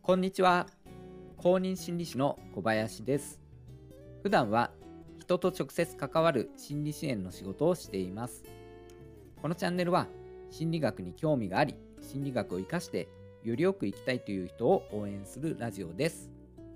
こんにちは。公認心理師の小林です。普段は人と直接関わる心理支援の仕事をしています。このチャンネルは心理学に興味があり、心理学を生かしてよりよく生きたいという人を応援するラジオです。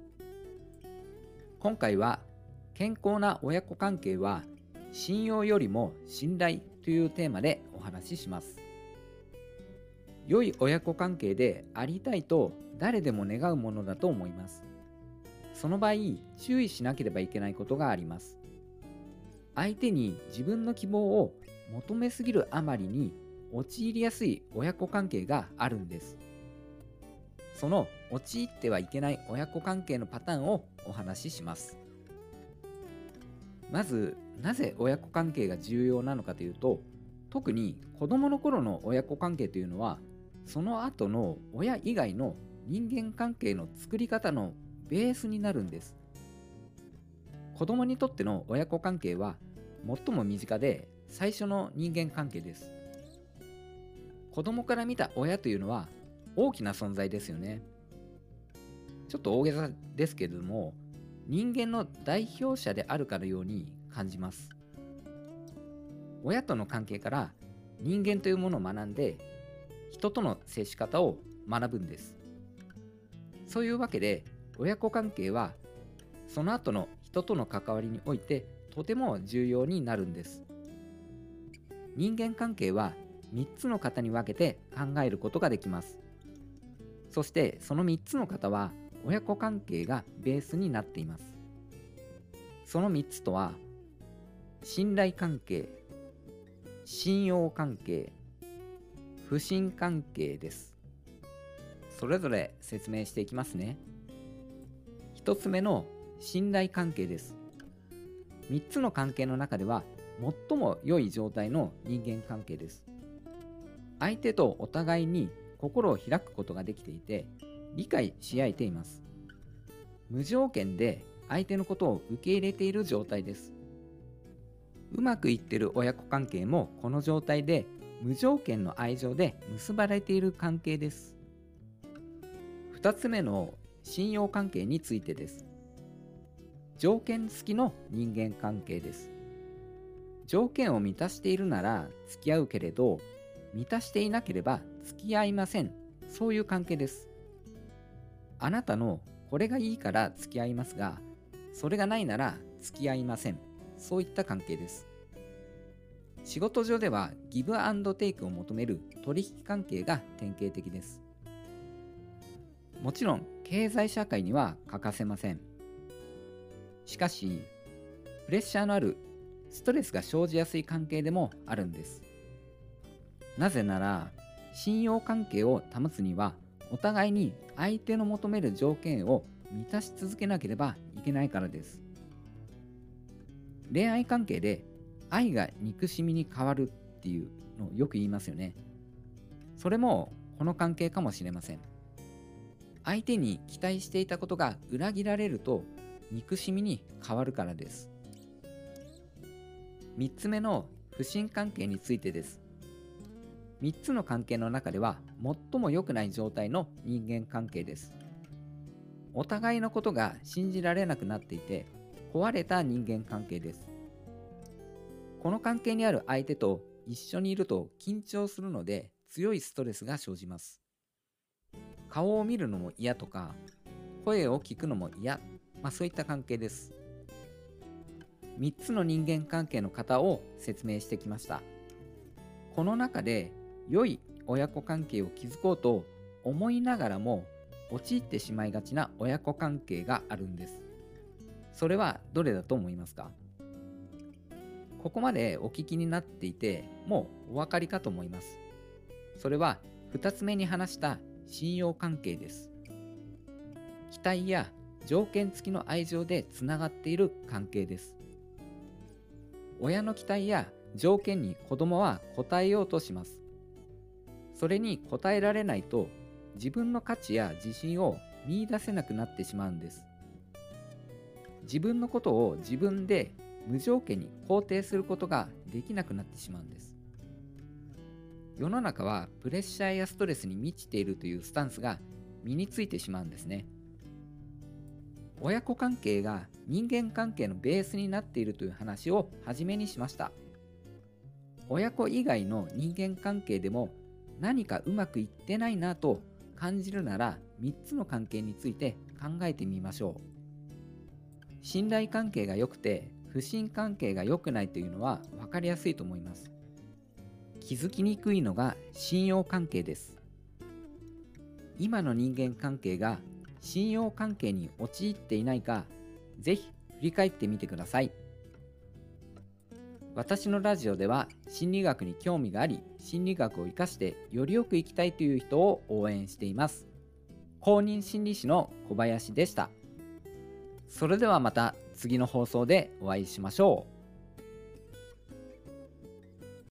今回は健康な親子関係は信用よりも信頼というテーマでお話しします。良い親子関係でありたいと誰でも願うものだと思います。その場合、注意しなければいけないことがあります。相手に自分の希望を求めすぎるあまりに陥りやすい親子関係があるんです。その陥ってはいけない親子関係のパターンをお話しします。まず、なぜ親子関係が重要なのかというと、特に子供の頃の親子関係というのは、その後の親以外の人間関係の作り方のベースになるんです。子供にとっての親子関係は最も身近で最初の人間関係です。子供から見た親というのは大きな存在ですよね。ちょっと大げさですけれども、人間の代表者であるかのように感じます。親との関係から人間というものを学んで、人との接し方を学ぶんです。そういうわけで、親子関係はその後の人との関わりにおいてとても重要になるんです。人間関係は3つの型に分けて考えることができます。そしてその3つの型は親子関係がベースになっています。その3つとは、信頼関係、信用関係、不信関係です。それぞれ説明していきますね。1つ目の信頼関係です。3つの関係の中では最も良い状態の人間関係です。相手とお互いに心を開くことができていて、理解し合えています。無条件で相手のことを受け入れている状態です。うまくいっている親子関係もこの状態で無条件の愛情で結ばれている関係です。2つ目の信用関係についてです。条件付きの人間関係です。条件を満たしているなら付き合うけれど、満たしていなければ付き合いません。そういう関係です。あなたのこれがいいから付き合いますが、それがないなら付き合いません。そういった関係です。仕事上ではギブアンドテイクを求める取引関係が典型的です。もちろん経済社会には欠かせません。しかし、プレッシャーのあるストレスが生じやすい関係でもあるんです。なぜなら、信用関係を保つには、お互いに相手の求める条件を満たし続けなければいけないからです。恋愛関係で愛が憎しみに変わるっていうのをよく言いますよね。それもこの関係かもしれません。相手に期待していたことが裏切られると憎しみに変わるからです。3つ目の不信関係についてです。3つの関係の中では最も良くない状態の人間関係です。お互いのことが信じられなくなっていて壊れた人間関係です。この関係にある相手と一緒にいると緊張するので強いストレスが生じます。顔を見るのも嫌とか、声を聞くのも嫌、そういった関係です。3つの人間関係の型を説明してきました。この中で良い親子関係を築こうと思いながらも陥ってしまいがちな親子関係があるんです。それはどれだと思いますか？ここまでお聞きになっていてもうお分かりかと思います。それは2つ目に話した信用関係です。期待や条件付きの愛情でつながっている関係です。親の期待や条件に子供は応えようとします。それに応えられないと自分の価値や自信を見出せなくなってしまうんです。自分のことを自分で無条件に肯定することができなくなってしまうんです。世の中はプレッシャーやストレスに満ちているというスタンスが身についてしまうんですね。親子関係が人間関係のベースになっているという話を初めにしました。親子以外の人間関係でも何かうまくいってないなと感じるなら、3つの関係について考えてみましょう。信頼関係が良くて不信関係が良くないというのは分かりやすいと思います。気づきにくいのが信用関係です。今の人間関係が信用関係に陥っていないか、ぜひ振り返ってみてください。私のラジオでは心理学に興味があり、心理学を生かしてよりよく生きたいという人を応援しています。公認心理師の小林でした。それではまた次の放送でお会いしましょう。